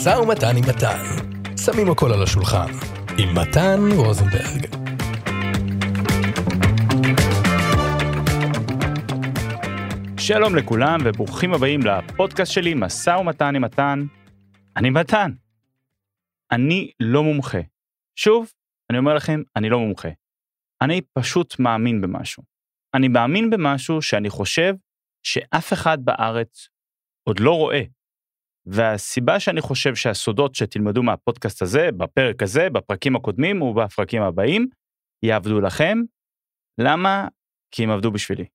משא ומתן עם מתן. שמים הכל על השולחן. עם מתן רוזנברג. שלום לכולם וברוכים הבאים לפודקאסט שלי, משא ומתן עם מתן. אני מתן. אני לא מומחה. שוב, אני אומר לכם, אני לא מומחה. אני פשוט מאמין במשהו. אני מאמין במשהו שאני חושב שאף אחד בארץ עוד לא רואה. והסיבה שאני חושב שהסודות שתלמדו מהפודקאסט הזה, בפרק הזה, בפרקים הקודמים ובפרקים הבאים, יעבדו לכם. למה? כי הם עבדו בשבילי.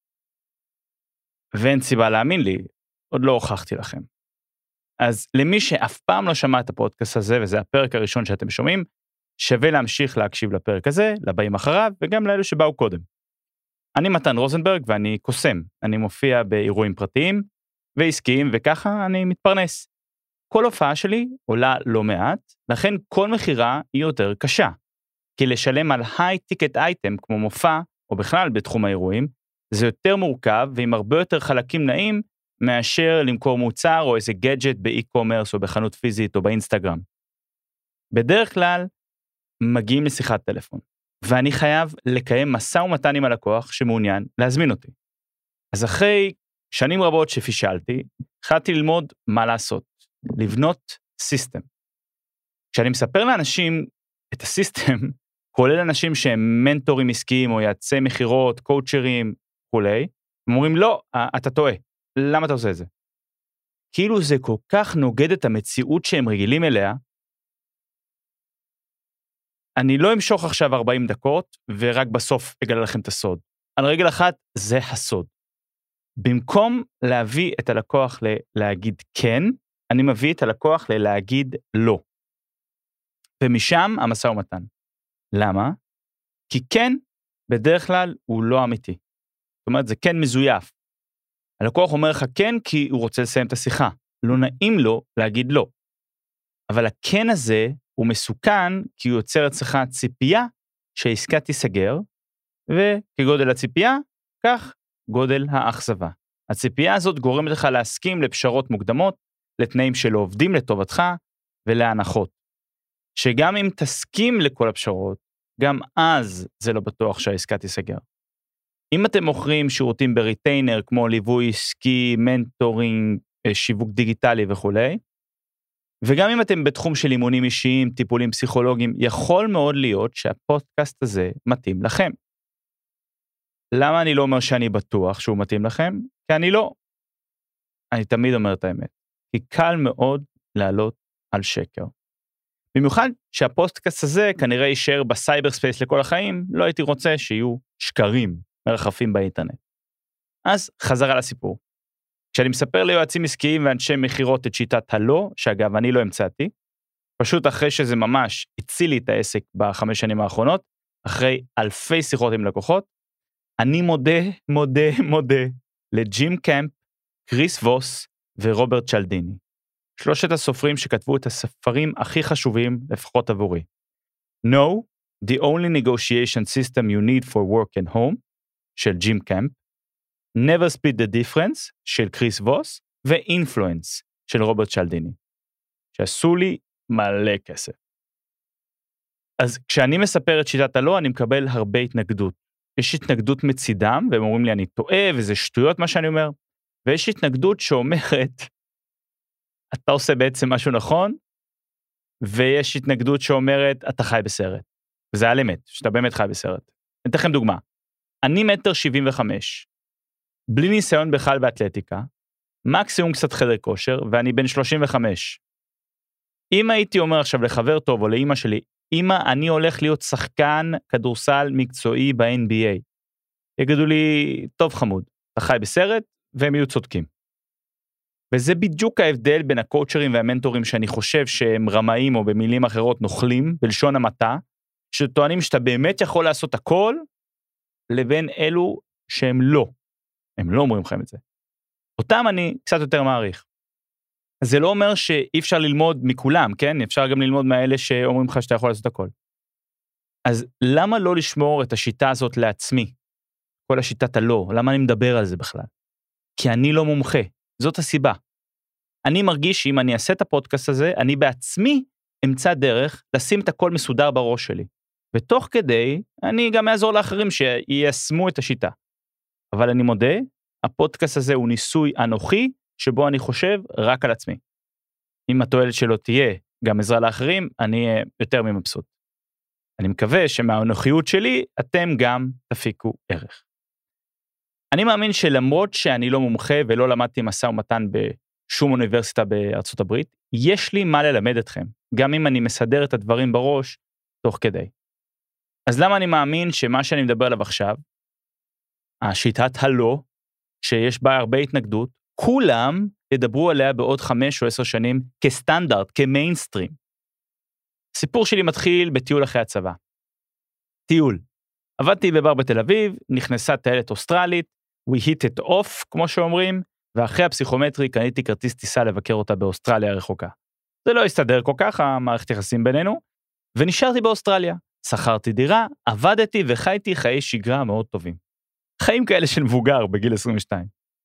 ואין סיבה להאמין לי, עוד לא הוכחתי לכם. אז למי שאף פעם לא שמע את הפודקאסט הזה, וזה הפרק הראשון שאתם שומעים, שווה להמשיך להקשיב לפרק הזה, לבאים אחריו, וגם לאלו שבאו קודם. אני מתן רוזנברג ואני קוסם. אני מופיע באירועים פרטיים ועסקיים, וככה אני מתפרנס. כל הופעה שלי עולה לא מעט, לכן כל מחירה היא יותר קשה. כי לשלם על היי-טיקט אייטם כמו מופע, או בכלל בתחום האירועים, זה יותר מורכב ועם הרבה יותר חלקים נעים, מאשר למכור מוצר או איזה גדג'ט באי-קומרס או בחנות פיזית או באינסטגרם. בדרך כלל מגיעים לשיחת טלפון, ואני חייב לקיים משא ומתן עם הלקוח שמעוניין להזמין אותי. אז אחרי שנים רבות שפישלתי, החלטתי ללמוד מה לעשות, לבנות סיסטם. כשאני מספר לאנשים את הסיסטם, כולל אנשים שהם מנטורים עסקיים או יעצי מחירות, קואוצ'רים וכולי, הם אומרים לא, אתה טועה, למה אתה עושה את זה? כאילו זה כל כך נוגד את המציאות שהם רגילים אליה, אני לא אמשוך עכשיו 40 דקות, ורק בסוף אגלה לכם את הסוד. על רגל אחת, זה הסוד. במקום להביא את הלקוח להגיד כן, אני מביא את הלקוח להגיד לא. ומשם המשא ומתן. למה? כי כן, בדרך כלל, הוא לא אמיתי. זאת אומרת, זה כן מזויף. הלקוח אומר לך כן, כי הוא רוצה לסיים את השיחה. לא נעים לו להגיד לא. אבל הכן הזה הוא מסוכן, כי הוא יוצר אצלך ציפייה שהעסקה תיסגר, וכגודל הציפייה, כך גודל האכזבה. הציפייה הזאת גורמת לך להסכים לפשרות מוקדמות, לתנאים שלא עובדים לטובתך, ולהנחות. שגם אם תסכים לכל הפשרות, גם אז זה לא בטוח שהעסקה תיסגר. אם אתם מוכרים שירותים בריטיינר, כמו ליווי עסקי, מנטורינג, שיווק דיגיטלי וכו', וגם אם אתם בתחום של אימונים אישיים, טיפולים פסיכולוגיים, יכול מאוד להיות שהפודקאסט הזה מתאים לכם. למה אני לא אומר שאני בטוח שהוא מתאים לכם? כי אני לא. אני תמיד אומר את האמת. כי קל מאוד לעלות על שקר. במיוחד שהפודקאסט הזה כנראה יישאר בסייבר ספייס לכל החיים, לא הייתי רוצה שיהיו שקרים מרחפים באינטרנט. אז חזרה לסיפור. כשאני מספר ליועצים עסקיים ואנשי מחירות את שיטת הלא, שאגב אני לא המצאתי, פשוט אחרי שזה ממש הציל לי את העסק ב5 שנים האחרונות, אחרי אלפי שיחות עם לקוחות, אני מודה לג'ים קמפ, קריס ווס ורוברט צ'לדיני. 3 הסופרים שכתבו את הספרים הכי חשובים, לפחות עבורי. No, the only negotiation system you need for work and home, של ג'ים קמפ, Never Split the Difference, של קריס ווס, ו-Influence, של רוברט צ'לדיני, שעשו לי מלא כסף. אז כשאני מספר את שיטת הלא, אני מקבל הרבה התנגדות. יש התנגדות מצידם, והם אומרים לי, אני טועה, וזה שטויות מה שאני אומר, ויש התנגדות שאומרת, אתה עושה בעצם משהו נכון, ויש התנגדות שאומרת, אתה חי בסרט. וזה על אמת, שאתה באמת חי בסרט. אני אתן לכם דוגמה. אני 1.75 מטר, בלי ניסיון בכלל באתלטיקה, מקסימום קצת חדר כושר, ואני בן 35. אם הייתי אומר עכשיו לחבר טוב, או לאמא שלי, אמא, אני הולך להיות שחקן כדורסל מקצועי ב-NBA. יגידו לי, טוב חמוד, אתה חי בסרט, והם יהיו צודקים. וזה בדיוק ההבדל בין הקואוצ'רים והמנטורים שאני חושב שהם רמאים או במילים אחרות נוכלים, בלשון המעטה, שטוענים שאתה באמת יכול לעשות הכל, לבין אלו שהם לא. הם לא אומרים לכם את זה. אותם אני קצת יותר מעריך. זה לא אומר שאי אפשר ללמוד מכולם, כן? אפשר גם ללמוד מאלה שאומרים לך שאתה יכול לעשות הכל. אז למה לא לשמור את השיטה הזאת לעצמי? כל השיטת הלא, למה אני מדבר על זה בכלל? כי אני לא מומחה, זאת הסיבה. אני מרגיש שאם אני אעשה את הפודקאסט הזה, אני בעצמי אמצא דרך לשים את הכל מסודר בראש שלי. ותוך כדי, אני גם אעזור לאחרים שיישמו את השיטה. אבל אני מודה, הפודקאסט הזה הוא ניסוי אנוכי, שבו אני חושב רק על עצמי. אם התועלת שלו תהיה גם עזרה לאחרים, אני אהיה יותר ממבסוט. אני מקווה שמהאנוכיות שלי, אתם גם תפיקו ערך. אני מאמין שלמרות שאני לא מומחה ולא למדתי משא ומתן בשום אוניברסיטה בארצות הברית, יש לי מה ללמד אתכם, גם אם אני מסדר את הדברים בראש תוך כדי. אז למה אני מאמין שמה שאני מדבר עליו עכשיו, השיטת הלא, שיש בה הרבה התנגדות, כולם ידברו עליה בעוד 5 או 10 שנים כסטנדרט, כמיינסטרים. הסיפור שלי מתחיל בטיול אחרי הצבא. טיול. עבדתי בבר בתל אביב, נכנסה טיילת אוסטרלית, we hit it off, כמו שאומרים, ואחרי הפסיכומטרי קניתי כרטיס טיסה לבקר אותה באוסטרליה הרחוקה. זה לא הסתדר כל כך, המערכת יחסים בינינו, ונשארתי באוסטרליה. שכרתי דירה, עבדתי וחייתי חיי שגרה מאוד טובים. חיים כאלה של מבוגר בגיל 22.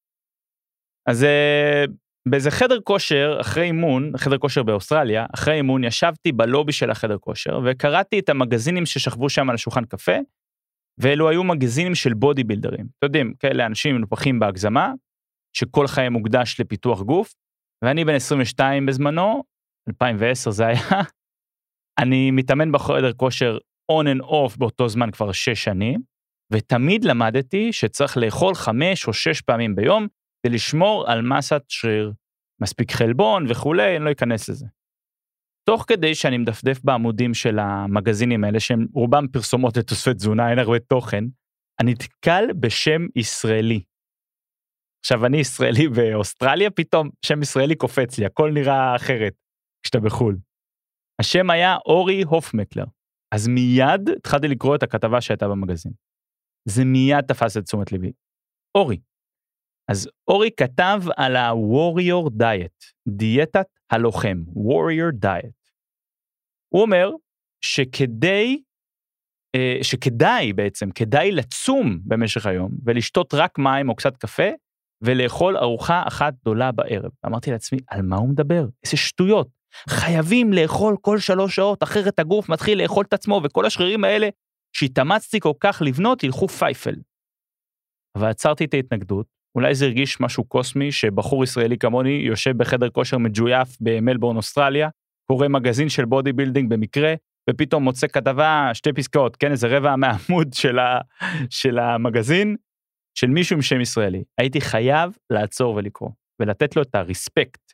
אז באיזה חדר כושר, אחרי אימון, חדר כושר באוסטרליה, אחרי אימון ישבתי בלובי של החדר כושר, וקראתי את המגזינים ששכבו שם על השולחן קפה, ואלו היו מגזינים של בודי בילדרים. אתם יודעים, כאלה אנשים מנופחים בהגזמה, שכל חיים מוקדש לפיתוח גוף, ואני בן 22 בזמנו, 2010 זה היה, אני מתאמן בחדר כושר on and off באותו זמן כבר 6 שנים, ותמיד למדתי שצריך לאכול 5 או 6 פעמים ביום, כדי לשמור על מסת שריר, מספיק חלבון וכולי, אני לא אכנס לזה. תוך כדי שאני מדפדף בעמודים של המגזינים האלה, שהם רובם פרסומות לתוספי תזונה, אין הרבה תוכן, אני נתקל בשם ישראלי. עכשיו אני ישראלי באוסטרליה, פתאום שם ישראלי קופץ לי, הכל נראה אחרת כשאתה בחול. השם היה אורי הופמקלר, אז מיד התחלתי לקרוא את הכתבה שהייתה במגזין. זה מיד תפס את תשומת ליבי. אורי. אז אורי כתב על ה-Warrior Diet, דיאטת הלוחם, Warrior Diet. הוא אומר כדאי לצום במשך היום, ולשתות רק מים או קצת קפה, ולאכול ארוחה אחת גדולה בערב. אמרתי לעצמי, על מה הוא מדבר? איזה שטויות. חייבים לאכול כל 3 שעות, אחרת הגוף מתחיל לאכול את עצמו, וכל השרירים האלה שהתאמצתי כל כך לבנות, ילכו פייפל. אבל עצרתי את ההתנגדות, אולי זה הרגיש משהו קוסמי, שבחור ישראלי כמוני יושב בחדר כושר מג'ויף במלבורן, אוסטרליה, קורא מגזין של בודי בילדינג במקרה, ופתאום מוצא כתבה 2 פסקאות, כן, איזה רבע מהעמוד של המגזין, של מישהו עם שם ישראלי. הייתי חייב לעצור ולקרוא, ולתת לו את הרספקט.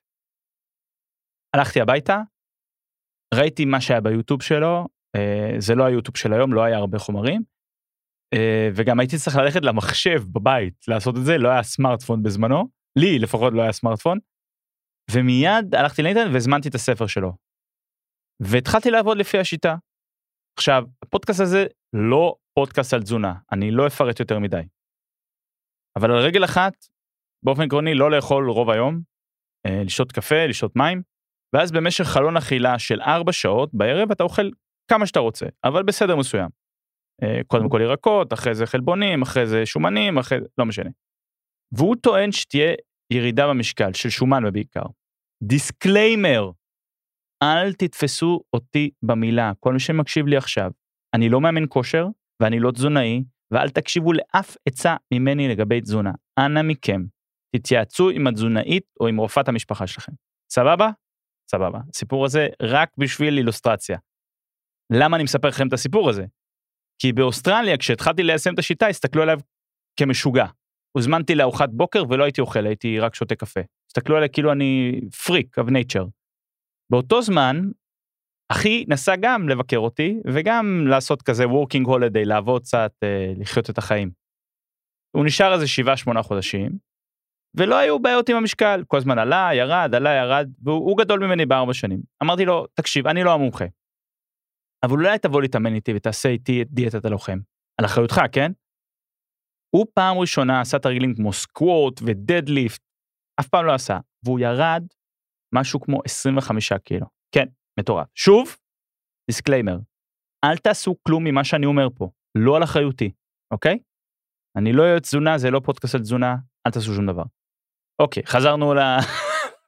הלכתי הביתה, ראיתי מה שהיה ביוטיוב שלו, זה לא היוטיוב של היום, לא היה הרבה חומרים, וגם הייתי צריך ללכת למחשב בבית, לעשות את זה, לא היה סמארטפון בזמנו, לי לפחות לא היה סמארטפון, ומיד הלכתי לאינטרנט והזמנתי את הספר שלו, והתחלתי לעבוד לפי השיטה. עכשיו, הפודקאסט הזה לא פודקאסט על תזונה, אני לא אפרט יותר מדי, אבל על רגל אחת, באופן עקרוני לא לאכול רוב היום, לשתות קפה, לשתות מים, ואז במשך חלון אכילה של 4 שעות בערב אתה אוכל כמה שאתה רוצה, אבל בסדר מסוים. קודם כל ירקות, אחרי זה חלבונים, אחרי זה שומנים, אחרי זה, לא משנה. והוא טוען שתהיה ירידה במשקל, של שומן בעיקר. דיסקליימר, אל תתפסו אותי במילה, כל מי שמקשיב לי עכשיו, אני לא מאמן כושר, ואני לא תזונאי, ואל תקשיבו לאף עצה ממני לגבי תזונה. אנא מכם, תתייעצו עם התזונאית או עם רופאת המשפחה שלכם. סבבה? סבבה. הסיפור הזה רק בשביל אילוסטרציה. למה אני מספר לכם את הסיפור הזה? כי באוסטרליה, כשהתחלתי ליישם את השיטה, הסתכלו עליו כמשוגע. הוזמנתי לארוחת בוקר ולא הייתי אוכל, הייתי רק שותה קפה. הסתכלו עליי כאילו אני פריק of nature. באותו זמן, אחי נסע גם לבקר אותי, וגם לעשות כזה working holiday, לעבוד קצת, לחיות את החיים. הוא נשאר איזה 7-8 חודשים, ולא היו בעיות עם המשקל, כל הזמן עלה, ירד, והוא גדול ממני ב4 שנים. אמרתי לו, תקשיב, אני לא המומחה. אבל אולי תבוא להתאמן איתי ותעשה איתי את דיאטת הלוחם. על אחריותך, כן? הוא פעם ראשונה עשה תרגילים כמו סקווט ודדליפט, אף פעם לא עשה, והוא ירד משהו כמו 25 קילו. כן, מטורף. שוב, דיסקליימר, אל תעשו כלום ממה שאני אומר פה, לא על אחריותי, אוקיי? אני לא יועץ תזונה, זה לא פודקאסט על תזונה, אל תעשו שום דבר. אוקיי, חזרנו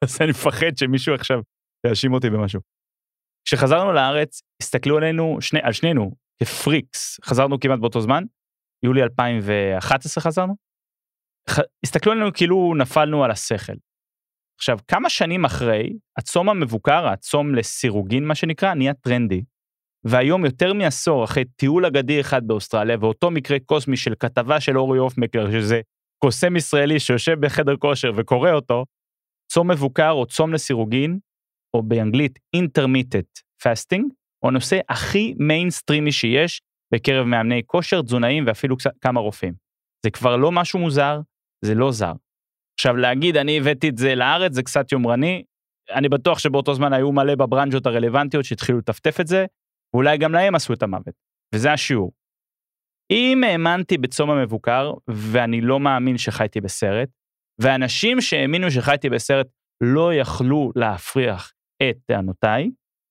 אז אני מפחד שמישהו עכשיו יאשים אותי במשהו. כשחזרנו לארץ, הסתכלו עלינו, על שנינו, כפריקס, חזרנו כמעט באותו זמן, יולי 2011 חזרנו, הסתכלו עלינו כאילו נפלנו על השכל. עכשיו, כמה שנים אחרי, הצום המבוקר, הצום לסירוגין, מה שנקרא, נהיה טרנדי, והיום יותר מעשור אחרי טיול אגדי אחד באוסטרליה, ואותו מקרה קוסמי של כתבה של אורי אופמקלר, שזה קוסם ישראלי שיושב בחדר כושר וקורא אותו, צום מבוקר או צום לסירוגין, או באנגלית intermittent fasting, הוא הנושא הכי מיינסטרימי שיש בקרב מאמני כושר, תזונאים ואפילו כמה רופאים. זה כבר לא משהו מוזר, זה לא זר. עכשיו להגיד, אני הבאתי את זה לארץ, זה קצת יומרני, אני בטוח שבאותו זמן היו מלא בברנג'ות הרלוונטיות שהתחילו לטפטף את זה, ואולי גם להם עשו את המוות. וזה השיעור. אם האמנתי בצום המבוקר, ואני לא מאמין שחייתי בסרט, ואנשים שהאמינו שחייתי בסרט לא יכלו להפריח את טענותיי,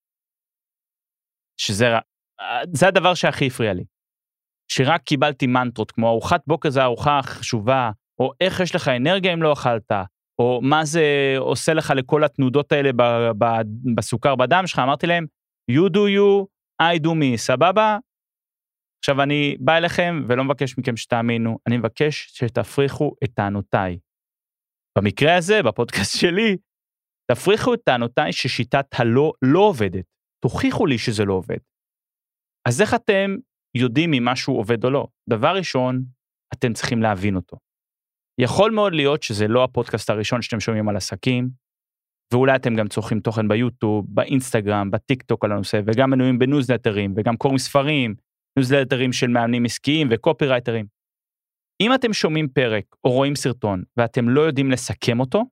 זה הדבר שהכי הפריע לי. שרק קיבלתי מנטרות, כמו ארוחת בוקר זה הארוחה חשובה, או איך יש לך אנרגיה אם לא אכלת, או מה זה עושה לך לכל התנודות האלה בסוכר בדם שלך, אמרתי להם, you do you, I do me, סבבה? עכשיו אני בא אליכם ולא מבקש מכם שתאמינו, אני מבקש שתפריחו את טענותיי. במקרה הזה, בפודקאסט שלי, תפריחו את טענותיי ששיטת הלא לא עובדת, תוכיחו לי שזה לא עובד. אז איך אתם יודעים אם משהו עובד או לא? דבר ראשון, אתם צריכים להבין אותו. יכול מאוד להיות שזה לא הפודקאסט הראשון שאתם שומעים על עסקים, ואולי אתם גם צורכים תוכן ביוטיוב, באינסטגרם, בטיק טוק על הנושא, וגם מנויים בניוזלטרים, וגם קוראים ספרים, ניוזלטרים של מאמנים עסקיים וקופירייטרים. אם אתם שומעים פרק או רואים סרטון, ואתם לא יודעים לסכם אותו,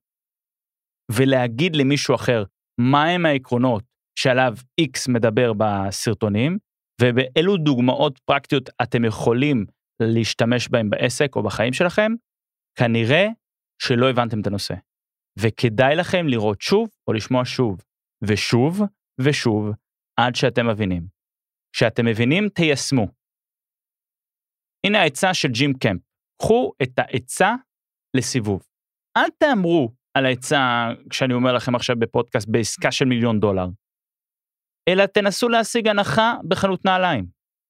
ולהגיד למישהו אחר מהם העקרונות שעליו X מדבר בסרטונים, ובאילו דוגמאות פרקטיות אתם יכולים להשתמש בהם בעסק או בחיים שלכם, כנראה שלא הבנתם את הנושא. וכדאי לכם לראות שוב או לשמוע שוב, ושוב ושוב, עד שאתם מבינים. כשאתם מבינים, תיישמו. הנה העצה של ג'ים קמפ. קחו את העצה לסיבוב. אל תאמרו על העצה, כשאני אומר לכם עכשיו בפודקאסט, בעסקה של $1,000,000, אלא תנסו להשיג הנחה בחנות נעליים.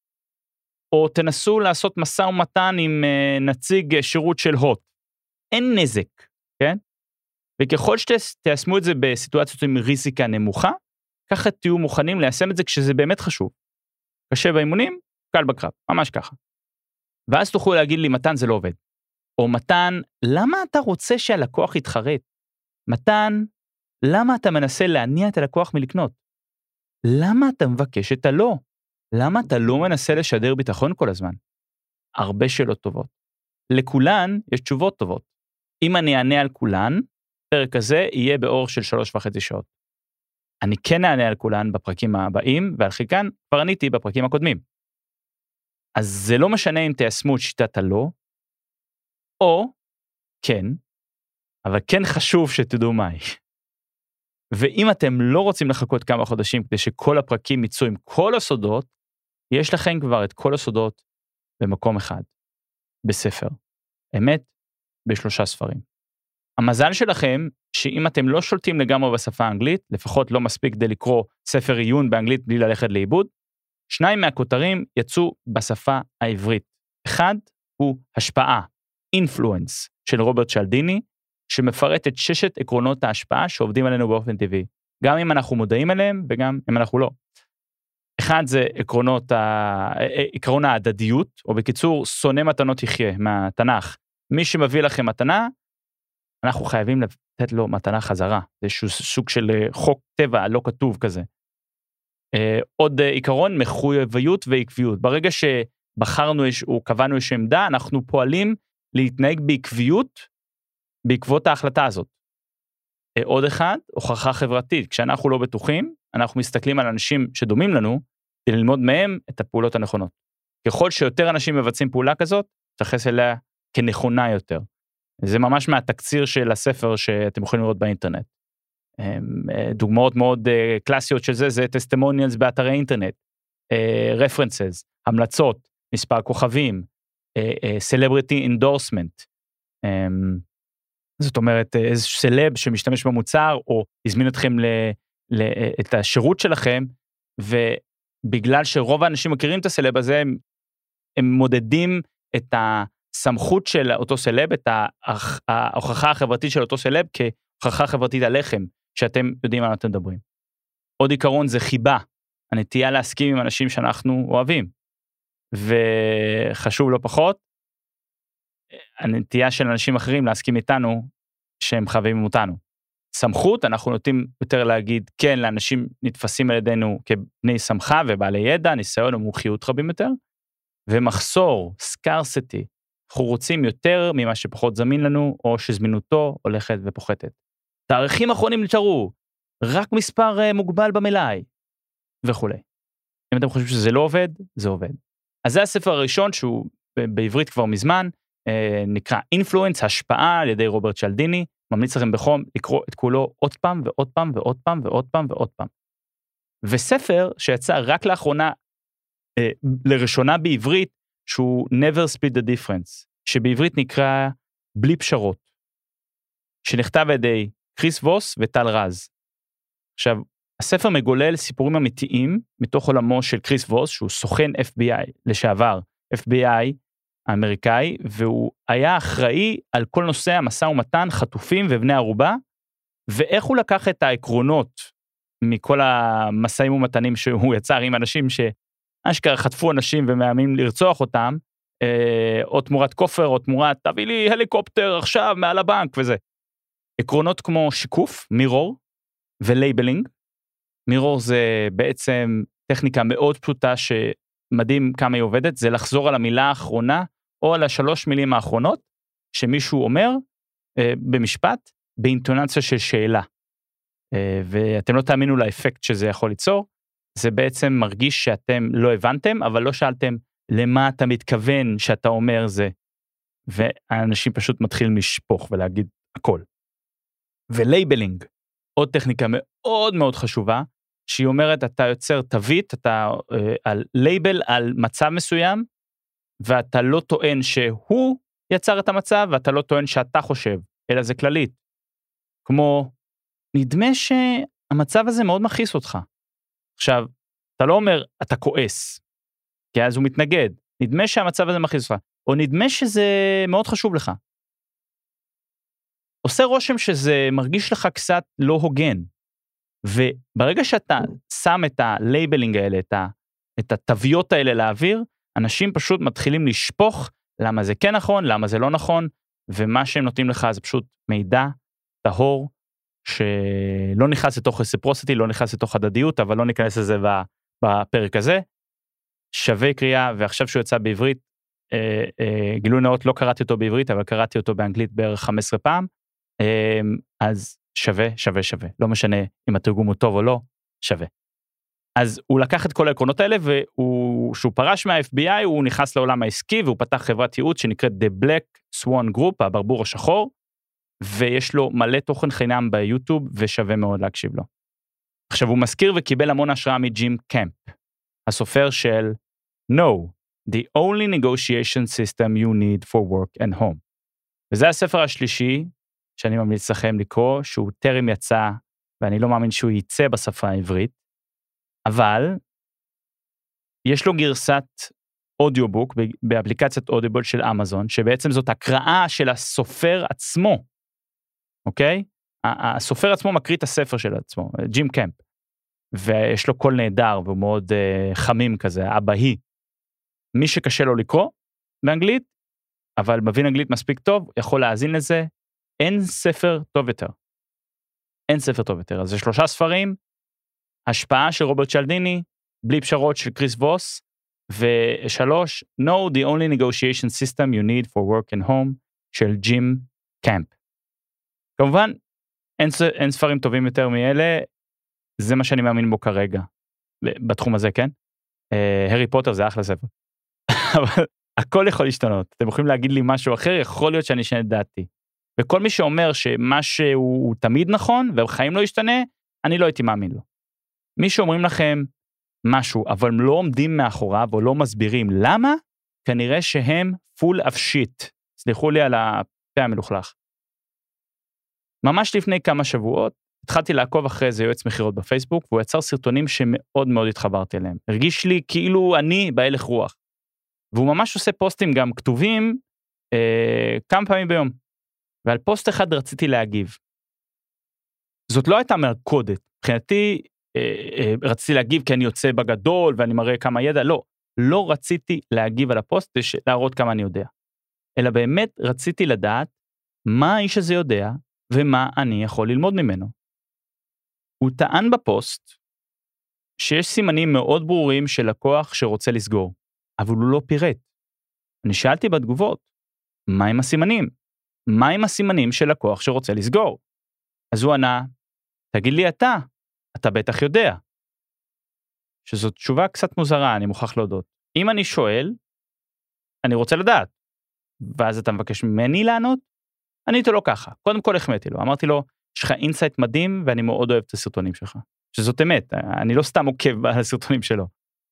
או תנסו לעשות משא ומתן עם נציג שירות של הוט. אין נזק, כן? וככל שתיישמו את זה בסיטואציות עם ריזיקה נמוכה, ככה תהיו מוכנים ליישם את זה כשזה באמת חשוב. קשה באימונים, קל בקרב, ממש ככה. ואז תוכלו להגיד לי, מתן זה לא עובד. או מתן, למה אתה רוצה שהלקוח יתחרט? מתן, למה אתה מנסה להניע את הלקוח מלקנות? למה אתה מבקש את הלא? למה אתה לא מנסה לשדר ביטחון כל הזמן? הרבה שאלות טובות. לכולן יש תשובות טובות. אם אני אענה על כולן, הפרק הזה יהיה באורך של 3.5 שעות. אני כן אענה על כולן בפרקים הבאים, ועל חלקן כבר עניתי בפרקים הקודמים. אז זה לא משנה אם תיישמו את שיטת הלא, או כן, אבל כן חשוב שתדעו מהי. ואם אתם לא רוצים לחכות כמה חודשים כדי שכל הפרקים ייצאו עם כל הסודות, יש לכם כבר את כל הסודות במקום אחד, בספר. אמת, ב3 ספרים. המזל שלכם, שאם אתם לא שולטים לגמרי בשפה האנגלית, לפחות לא מספיק כדי לקרוא ספר עיון באנגלית בלי ללכת לאיבוד, 2 מהכותרים יצאו בשפה העברית. אחד הוא השפעה, influence, של רוברט צ'לדיני, שמפרט את 6 עקרונות ההשפעה שעובדים עלינו באופן טבעי. גם אם אנחנו מודעים אליהם, וגם אם אנחנו לא. אחד זה עקרון ההדדיות, או בקיצור, שונא מתנות יחיה מהתנ"ך. מי שמביא לכם מתנה, אנחנו חייבים לתת לו מתנה חזרה. זה איזשהו סוג של חוק טבע לא כתוב כזה. עוד עיקרון, מחויביות ועקביות. ברגע שבחרנו או קבענו איזושהי עמדה, אנחנו פועלים להתנהג בעקביות בעקבות ההחלטה הזאת. עוד אחד, הוכחה חברתית. כשאנחנו לא בטוחים, אנחנו מסתכלים על אנשים שדומים לנו, כדי ללמוד מהם את הפעולות הנכונות. ככל שיותר אנשים מבצעים פעולה כזאת, תתייחס אליה כנכונה יותר. זה ממש מהתקציר של הספר שאתם יכולים לראות באינטרנט. דוגמאות מאוד קלאסיות של זה טסטימוניאלס באתרי אינטרנט, רפרנסס, המלצות, מספר כוכבים, סלבריטי אינדורסמנט, זאת אומרת, איזה סלב שמשתמש במוצר, או הזמין אתכם את השירות שלכם, ובגלל שרוב האנשים מכירים את הסלב הזה, הם מודדים את הסמכות של אותו סלב, את ההוכחה החברתית של אותו סלב, כהוכחה חברתית עליכם, שאתם יודעים על מה אתם מדברים. עוד עיקרון זה חיבה, הנטייה להסכים עם אנשים שאנחנו אוהבים, וחשוב לא פחות, הנטייה של אנשים אחרים להסכים איתנו, שהם חווים אותנו. סמכות, אנחנו נוטים יותר להגיד כן, לאנשים נתפסים על ידינו כבני שמחה ובעלי ידע, ניסיון ומומחיות רבים יותר, ומחסור, scarcity, אנחנו רוצים יותר ממה שפחות זמין לנו, או שזמינותו הולכת ופוחתת. תאריכים אחרונים נשארו, רק מספר מוגבל במלאי, וכו'. אם אתם חושבים שזה לא עובד, זה עובד. אז זה הספר הראשון, שהוא בעברית כבר מזמן, נקרא Influence, השפעה, על ידי רוברט צ'לדיני, ממליץ לכם בחום לקרוא את כולו עוד פעם ועוד פעם ועוד פעם ועוד פעם ועוד פעם. וספר שיצא רק לאחרונה, לראשונה בעברית, שהוא Never Split the Difference, שבעברית נקרא בלי פשרות, שנכתב על ידי קריס ווס וטל רז. עכשיו, הספר מגולל סיפורים אמיתיים, מתוך עולמו של קריס ווס, שהוא סוכן FBI לשעבר, FBI האמריקאי, והוא היה אחראי על כל נושא המשא ומתן, חטופים ובני ערובה, ואיך הוא לקח את העקרונות, מכל המשאים ומתנים שהוא יצר עם אנשים שאשכרה חטפו אנשים ומאיימים לרצוח אותם, או תמורת כופר, או תמורת, תביא לי הליקופטר עכשיו מעל הבנק וזה. עקרונות כמו שיקוף, מירור, ולייבלינג. מירור זה בעצם טכניקה מאוד פשוטה שמדהים כמה היא עובדת, זה לחזור על המילה האחרונה, או על 3 מילים האחרונות, שמישהו אומר במשפט, באינטונציה של שאלה. ואתם לא תאמינו לאפקט שזה יכול ליצור, זה בעצם מרגיש שאתם לא הבנתם, אבל לא שאלתם למה אתה מתכוון שאתה אומר זה, והאנשים פשוט מתחילים לשפוך ולהגיד הכל. ולייבלינג, עוד טכניקה מאוד מאוד חשובה, שהיא אומרת, אתה יוצר תווית, אתה על לייבל על מצב מסוים, ואתה לא טוען שהוא יצר את המצב, ואתה לא טוען שאתה חושב, אלא זה כללית. כמו, נדמה שהמצב הזה מאוד מכעיס אותך. עכשיו, אתה לא אומר, אתה כועס, כי אז הוא מתנגד. נדמה שהמצב הזה מכעיס אותך, או נדמה שזה מאוד חשוב לך. עושה רושם שזה מרגיש לך קצת לא הוגן. וברגע שאתה שם את הלייבלינג האלה, את התוויות האלה לאוויר, אנשים פשוט מתחילים לשפוך למה זה כן נכון, למה זה לא נכון, ומה שהם נותנים לך זה פשוט מידע טהור, שלא נכנס לתוך reciprocity, לא נכנס לתוך הדדיות, אבל לא ניכנס לזה בפרק הזה. שווה קריאה, ועכשיו שהוא יצא בעברית, גילוי נאות לא קראתי אותו בעברית, אבל קראתי אותו באנגלית בערך 15 פעם, אז שווה. לא משנה אם התרגום הוא טוב או לא, שווה. אז הוא לקח את כל העקרונות האלה, וכשהוא פרש מה-FBI, הוא נכנס לעולם העסקי, והוא פתח חברת ייעוץ שנקראת The Black Swan Group, הברבור השחור, ויש לו מלא תוכן חינם ביוטיוב, ושווה מאוד להקשיב לו. עכשיו, הוא מזכיר וקיבל המון השראה מג'ים קמפ, הסופר של No, the only negotiation system you need for work and home. וזה הספר השלישי, שאני ממליץ לכם לקרוא, שהוא טרם יצא, ואני לא מאמין שהוא ייצא בשפה העברית, אבל יש לו גרסת אודיובוק באפליקציית אודיבל של אמזון, שבעצם זאת הקראה של הסופר עצמו, אוקיי? הסופר עצמו מקריא את הספר של עצמו, ג'ים קמפ, ויש לו קול נהדר, והוא מאוד חמים כזה, אבהי. מי שקשה לו לקרוא באנגלית, אבל מבין אנגלית מספיק טוב, יכול להאזין לזה, אין ספר טוב יותר. אז זה 3 ספרים, השפעה של רוברט צ'לדיני, בלי פשרות של קריס ווס, ו3, No, the only negotiation system you need for work and home, של ג'ים קמפ. כמובן, אין ספרים טובים יותר מאלה, זה מה שאני מאמין בו כרגע, בתחום הזה, כן? הרי פוטר זה אחלה ספר. אבל הכל יכול להשתנות, אתם יכולים להגיד לי משהו אחר, יכול להיות שאני אשנה את דעתי. וכל מי שאומר שמשהו תמיד נכון, ובחיים לא ישתנה, אני לא הייתי מאמין לו. מי שאומרים לכם משהו, אבל הם לא עומדים מאחוריו, או לא מסבירים למה, כנראה שהם full of shit. סליחו לי על הפה המלוכלך. ממש לפני כמה שבועות, התחלתי לעקוב אחרי איזה יועץ מחירות בפייסבוק, והוא יצר סרטונים שמאוד מאוד התחברתי אליהם. הרגיש לי כאילו אני בהלך רוח. והוא ממש עושה פוסטים גם כתובים כמה פעמים ביום. ועל פוסט אחד רציתי להגיב. זאת לא הייתה מלכודת. מבחינתי רציתי להגיב כי אני יוצא בגדול ואני מראה כמה ידע. לא רציתי להגיב על הפוסט להראות כמה אני יודע. אלא באמת רציתי לדעת מה האיש הזה יודע ומה אני יכול ללמוד ממנו. הוא טען בפוסט שיש סימנים מאוד ברורים של לקוח שרוצה לסגור, אבל הוא לא פירט. אני שאלתי בתגובות, מה עם הסימנים? מה עם הסימנים של לקוח שרוצה לסגור? אז הוא ענה, תגיד לי אתה בטח יודע. שזאת תשובה קצת מוזרה, אני מוכרח להודות. אם אני שואל, אני רוצה לדעת. ואז אתה מבקש ממני לענות? עניתי לו ככה. קודם כל החמאתי לו. אמרתי לו, יש לך אינסייט מדהים, ואני מאוד אוהב את הסרטונים שלך. שזאת אמת, אני לא סתם עוקב על הסרטונים שלו.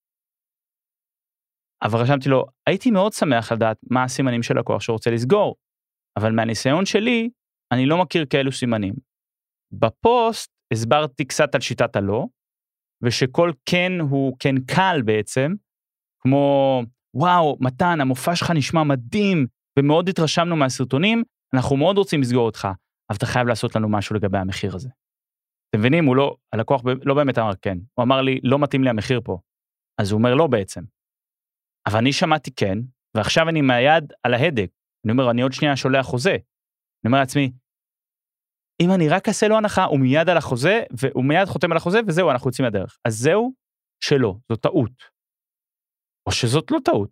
אבל רשמתי לו, הייתי מאוד שמח לדעת מה הסימנים של לקוח שרוצה לסגור, אבל מהניסיון שלי, אני לא מכיר כאלו סימנים. בפוסט הסברתי קצת על שיטת הלא, ושכל כן הוא כן קל בעצם, כמו, וואו, מתן, המופע שלך נשמע מדהים, ומאוד התרשמנו מהסרטונים, אנחנו מאוד רוצים לסגור אותך, אבל אתה חייב לעשות לנו משהו לגבי המחיר הזה. אתם מבינים, הלקוח לא באמת אמר כן, הוא אמר לי, לא מתאים לי המחיר פה, אז הוא אומר לא בעצם. אבל אני שמעתי כן, ועכשיו אני מהיד על ההדק, אני אומר, אני עוד שנייה שולח חוזה, אני אומר לעצמי, אם אני רק אעשה לו הנחה, הוא מיד על החוזה, והוא מיד חותם על החוזה, וזהו, אנחנו יוצאים מהדרך. אז זהו, שלא, זו טעות. או שזאת לא טעות.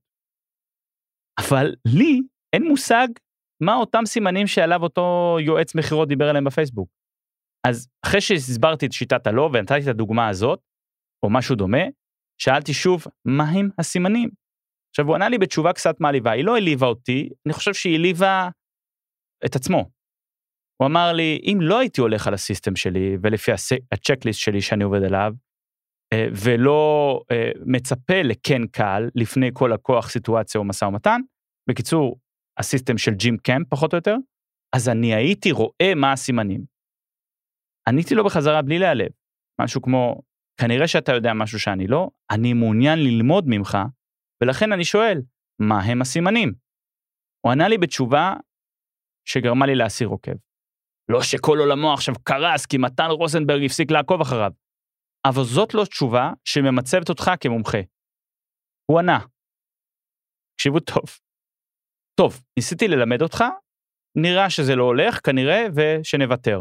אבל לי אין מושג מה אותם סימנים שעליו אותו יועץ מחירות דיבר עליהם בפייסבוק. אז אחרי שהסברתי את שיטת הלא, ונתתי את הדוגמה הזאת, או משהו דומה, שאלתי שוב, מה הם הסימנים? עכשיו, הוא ענה לי בתשובה קצת מעליבה, היא לא העליבה אותי, אני חושב שהיא העליבה את עצמו. הוא אמר לי, אם לא הייתי הולך על הסיסטם שלי, ולפי הצ'קליסט שלי שאני עובד עליו, ולא מצפה לכן קל, לפני כל לקוח סיטואציה או משא ומתן, בקיצור, הסיסטם של ג'ים קמפ פחות או יותר, אז אני הייתי רואה מה הסימנים. עניתי לו בחזרה בלי להיעלב, משהו כמו, כנראה שאתה יודע משהו שאני לא, אני מעוניין ללמוד ממך, ולכן אני שואל, מה הם הסימנים? הוא ענה לי בתשובה שגרמה לי להסיר עוקב. לא שכל עולמו עכשיו קרס, כי מתן רוזנברג הפסיק לעקוב אחריו. אבל זאת לא תשובה שממצבת אותך כמומחה. הוא ענה. תקשיבו טוב. טוב, ניסיתי ללמד אותך, נראה שזה לא הולך, כנראה, ושנוותר.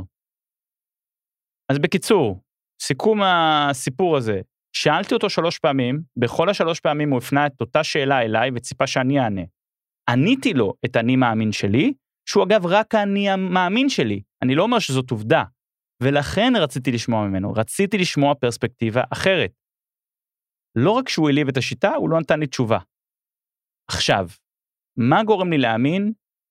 אז בקיצור, סיכום הסיפור הזה, שאלתי אותו 3 פעמים, בכל 3 פעמים הוא הפנה את אותה שאלה אליי, וציפה שאני אענה. עניתי לו את אני מאמין שלי, שהוא אגב רק אני המאמין שלי, אני לא אומר שזאת עובדה, ולכן רציתי לשמוע ממנו, רציתי לשמוע פרספקטיבה אחרת. לא רק שהוא העליב את השיטה, הוא לא נתן לי תשובה. עכשיו, מה גורם לי להאמין?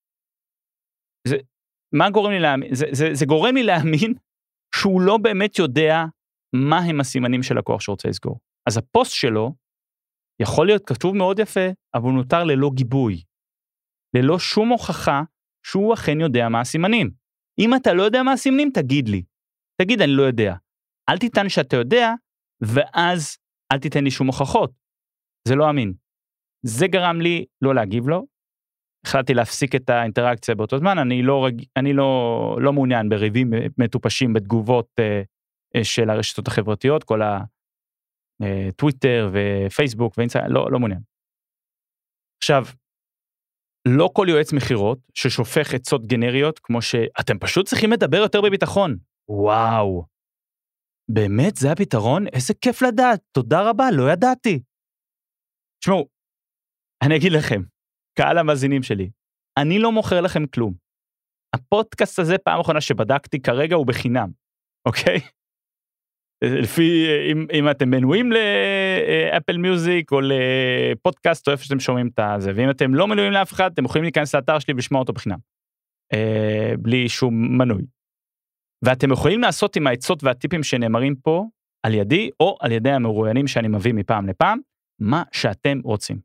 זה גורם לי להאמין שהוא לא באמת יודע מה הם הסימנים של לקוח שרוצה לסגור. אז הפוסט שלו יכול להיות כתוב מאוד יפה, אבל הוא נותר ללא גיבוי, ללא שום הוכחה שהוא אכן יודע מה הסימנים. אם אתה לא יודע מה הסימנים, תגיד לי. תגיד, אני לא יודע. אל תיתן שאתה יודע, ואז אל תיתן לי שום הוכחות. זה לא אמין. זה גרם לי לא להגיב לו. החלטתי להפסיק את האינטראקציה באותו זמן. אני לא מעוניין בריבים מטופשים בתגובות של הרשתות החברתיות, כל הטוויטר ופייסבוק ואינסטגרם, לא מעוניין. עכשיו, לא כל יועץ מחירות ששופך עצות גנריות, כמו שאתם פשוט צריכים לדבר יותר בביטחון. וואו. באמת זה הפתרון? איזה כיף לדעת. תודה רבה, לא ידעתי. תשמעו, אני אגיד לכם, קהל המאזינים שלי, אני לא מוכר לכם כלום. הפודקאסט הזה פעם אחרונה שבדקתי כרגע הוא בחינם, אוקיי? לפי, אם אתם מנויים לאפל מיוזיק או לפודקאסט או איפה שאתם שומעים את זה, ואם אתם לא מנויים לאף אחד, אתם יכולים להיכנס לאתר שלי ולשמוע אותו בחינם, בלי שום מנוי. ואתם יכולים לעשות עם העצות והטיפים שנאמרים פה על ידי, או על ידי המרואיינים שאני מביא מפעם לפעם, מה שאתם רוצים.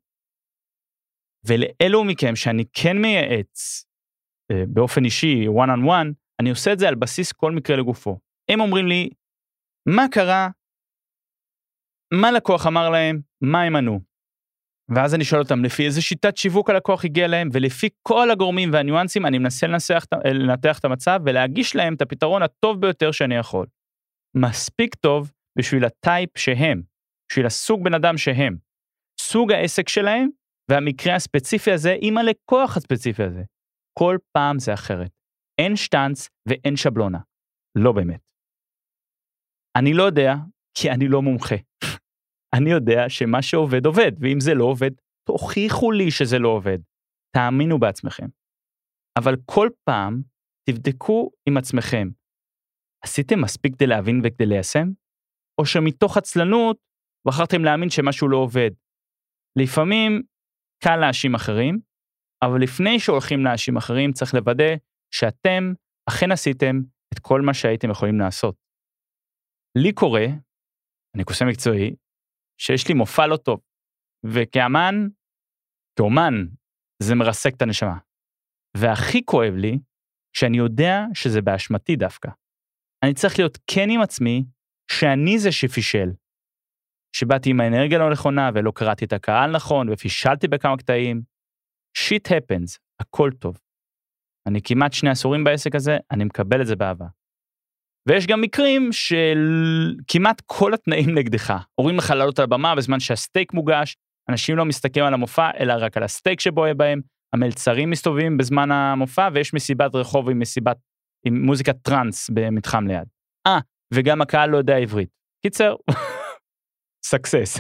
ולאלו מכם שאני כן מייעץ, באופן אישי, one on one, אני עושה את זה על בסיס כל מקרה לגופו. הם אומרים לי, מה קרה? מה לקוח אמר להם? מה הם ענו? ואז אני שואל אותם, לפי איזה שיטת שיווק הלקוח הגיע להם, ולפי כל הגורמים והניואנסים, אני מנסה לנתח את המצב, ולהגיש להם את הפתרון הטוב ביותר שאני יכול. מספיק טוב בשביל הטייפ שהם, בשביל הסוג בן אדם שהם, סוג העסק שלהם, והמקרה הספציפי הזה, עם הלקוח הספציפי הזה. כל פעם זה אחרת. אין שטנץ ואין שבלונה. לא באמת. אני לא יודע, כי אני לא מומחה. אני יודע שמה שעובד עובד, ואם זה לא עובד, תוכיחו לי שזה לא עובד. תאמינו בעצמכם. אבל כל פעם תבדקו עם עצמכם. עשיתם מספיק כדי להבין וכדי ליישם? או שמתוך עצלנות בחרתם להאמין שמשהו לא עובד? לפעמים קל להאשים אחרים, אבל לפני שהולכים להאשים אחרים צריך לוודא שאתם אכן עשיתם את כל מה שהייתם יכולים לעשות. לי קורה, אני קוסם מקצועי, שיש לי מופע לא טוב, כאומן, זה מרסק את הנשמה. והכי כואב לי, שאני יודע שזה באשמתי דווקא. אני צריך להיות כן עם עצמי, שאני זה שפישל. שבאתי עם האנרגיה לא נכונה, ולא קראתי את הקהל נכון, ופישלתי בכמה קטעים. Shit happens, הכל טוב. אני כמעט 2 עשורים בעסק הזה, אני מקבל את זה באהבה. ויש גם מקרים של כמעט כל התנאים נגדך. הורים לך לעלות על הבמה בזמן שהסטייק מוגש, אנשים לא מסתכלים על המופע, אלא רק על הסטייק שבואה בהם, המלצרים מסתובבים בזמן המופע, ויש מסיבת רחוב עם מוזיקת טרנס במתחם ליד. וגם הקהל לא יודע עברית. קיצר, סקסס,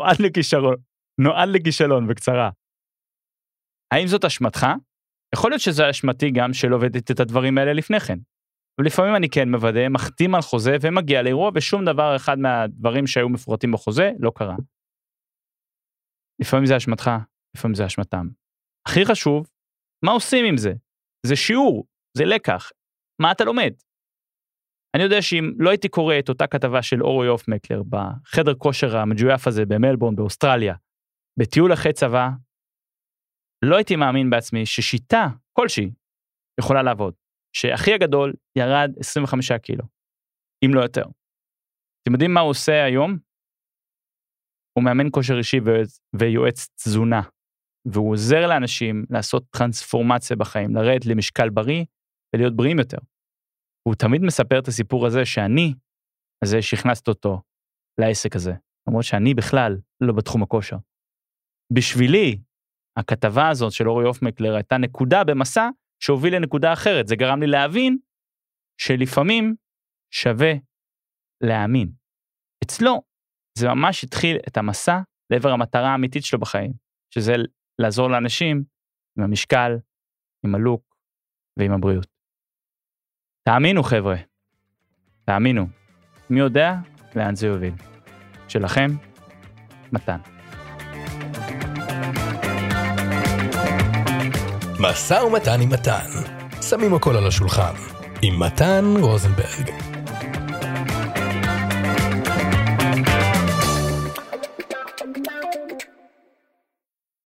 נועד לכישלון בקצרה. האם זאת אשמתך? יכול להיות שזה אשמתי גם שלא עובדת את הדברים האלה לפני כן. ולפעמים אני כן מוודא, מחתים על חוזה ומגיע לאירוע, ושום דבר אחד מהדברים שהיו מפורטים בחוזה לא קרה. לפעמים זה אשמתך, לפעמים זה אשמתם. הכי חשוב, מה עושים עם זה? זה שיעור, זה לקח. מה אתה לומד? אני יודע שאם לא הייתי קורא את אותה כתבה של אורי הופמקלר בחדר כושר המג'ויף הזה במלבורן באוסטרליה, בטיול אחרי צבא, לא הייתי מאמין בעצמי ששיטה כלשהי יכולה לעבוד. שאחי הגדול ירד 25 קילו, אם לא יותר. אתם יודעים מה הוא עושה היום? הוא מאמן כושר אישי ויועץ תזונה, והוא עוזר לאנשים לעשות טרנספורמציה בחיים, לרדת למשקל בריא ולהיות בריאים יותר. הוא תמיד מספר את הסיפור הזה שאני, הזה שהכנסת אותו לעסק הזה, למרות שאני בכלל לא בתחום הכושר. בשבילי, הכתבה הזאת של אורי הופמקלר הייתה נקודה במסע שהוביל לנקודה אחרת. זה גרם לי להבין שלפעמים שווה להאמין. אצלו זה ממש התחיל את המסע לעבר המטרה האמיתית שלו בחיים, שזה לעזור לאנשים עם המשקל, עם הלוק ועם הבריאות. תאמינו חבר'ה, תאמינו. מי יודע לאן זה יוביל. שלכם, מתן. משא ומתן עם מתן. שמים הכל על השולחן. עם מתן רוזנברג.